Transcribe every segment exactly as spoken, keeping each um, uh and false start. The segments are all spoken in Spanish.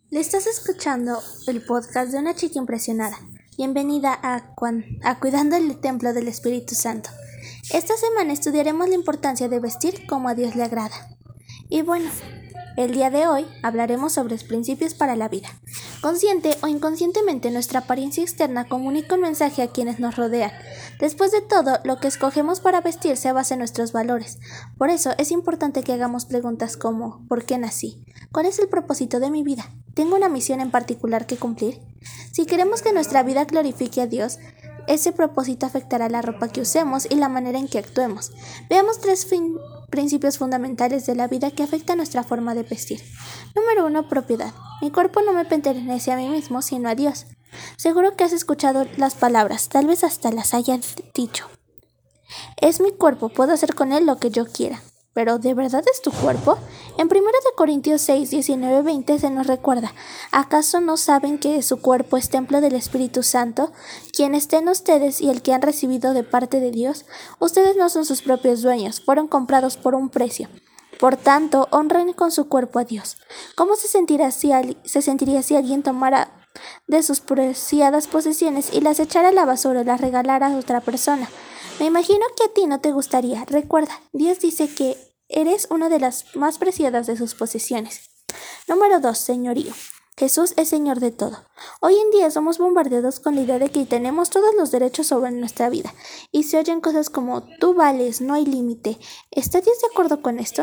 Le estás escuchando el podcast de una chica impresionada. Bienvenida a, Cuan- a Cuidando el Templo del Espíritu Santo. Esta semana estudiaremos la importancia de vestir como a Dios le agrada. Y bueno, el día de hoy hablaremos sobre los principios para la vida. Consciente o inconscientemente, nuestra apariencia externa comunica un mensaje a quienes nos rodean. Después de todo, lo que escogemos para vestir se basa en nuestros valores. Por eso es importante que hagamos preguntas como ¿por qué nací? ¿Cuál es el propósito de mi vida? ¿Tengo una misión en particular que cumplir? Si queremos que nuestra vida glorifique a Dios, ese propósito afectará la ropa que usemos y la manera en que actuemos. Veamos tres fin- principios fundamentales de la vida que afectan nuestra forma de vestir. Número uno. Propiedad. Mi cuerpo no me pertenece a mí mismo, sino a Dios. Seguro que has escuchado las palabras, tal vez hasta las hayas dicho. Es mi cuerpo, puedo hacer con él lo que yo quiera. ¿Pero de verdad es tu cuerpo? En primero de Corintios seis, diecinueve, veinte se nos recuerda: ¿acaso no saben que su cuerpo es templo del Espíritu Santo, quien está en ustedes y el que han recibido de parte de Dios? Ustedes no son sus propios dueños, fueron comprados por un precio. Por tanto, honren con su cuerpo a Dios. ¿Cómo se sentirá si al- se sentiría si alguien tomara de sus preciadas posesiones y las echara a la basura o las regalara a otra persona? Me imagino que a ti no te gustaría. Recuerda, Dios dice que eres una de las más preciadas de sus posesiones. Número dos. Señorío. Jesús es Señor de todo. Hoy en día somos bombardeados con la idea de que tenemos todos los derechos sobre nuestra vida, y se oyen cosas como tú vales, no hay límite. ¿Está Dios de acuerdo con esto?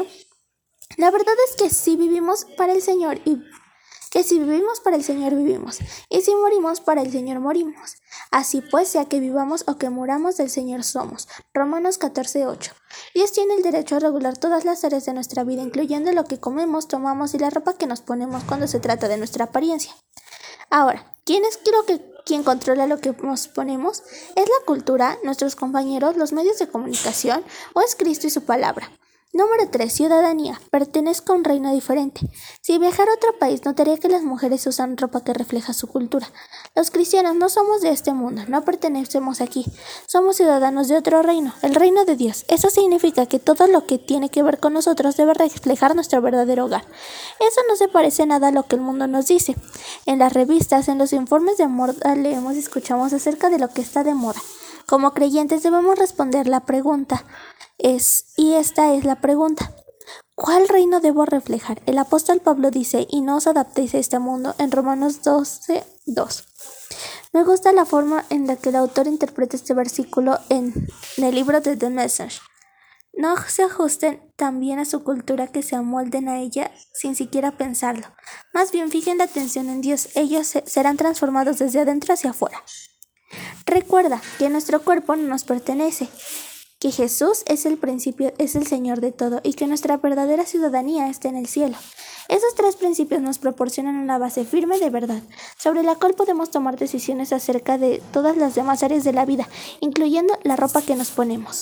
La verdad es que si vivimos para el Señor y que si vivimos para el Señor vivimos, y si morimos para el Señor morimos. Así pues, sea que vivamos o que muramos, del Señor somos. Romanos catorce, ocho. Dios tiene el derecho a regular todas las áreas de nuestra vida, incluyendo lo que comemos, tomamos y la ropa que nos ponemos cuando se trata de nuestra apariencia. Ahora, ¿quién es lo que quien controla lo que nos ponemos? ¿Es la cultura, nuestros compañeros, los medios de comunicación o es Cristo y su palabra? Número tres. Ciudadanía. Pertenezco a un reino diferente. Si viajara a otro país, notaría que las mujeres usan ropa que refleja su cultura. Los cristianos no somos de este mundo, no pertenecemos aquí. Somos ciudadanos de otro reino, el reino de Dios. Eso significa que todo lo que tiene que ver con nosotros debe reflejar nuestro verdadero hogar. Eso no se parece nada a lo que el mundo nos dice. En las revistas, en los informes de moda, leemos y escuchamos acerca de lo que está de moda. Como creyentes debemos responder la pregunta. Es, y esta es la pregunta: ¿cuál reino debo reflejar? El apóstol Pablo dice: y no os adaptéis a este mundo, en Romanos doce, dos. Me gusta la forma en la que el autor interpreta este versículo en, en el libro de The Message. No se ajusten tan bien a su cultura que se amolden a ella sin siquiera pensarlo. Más bien fijen la atención en Dios. Ellos se, serán transformados desde adentro hacia afuera. Recuerda que nuestro cuerpo no nos pertenece, que Jesús es el principio, es el Señor de todo y que nuestra verdadera ciudadanía está en el cielo. Esos tres principios nos proporcionan una base firme de verdad, sobre la cual podemos tomar decisiones acerca de todas las demás áreas de la vida, incluyendo la ropa que nos ponemos.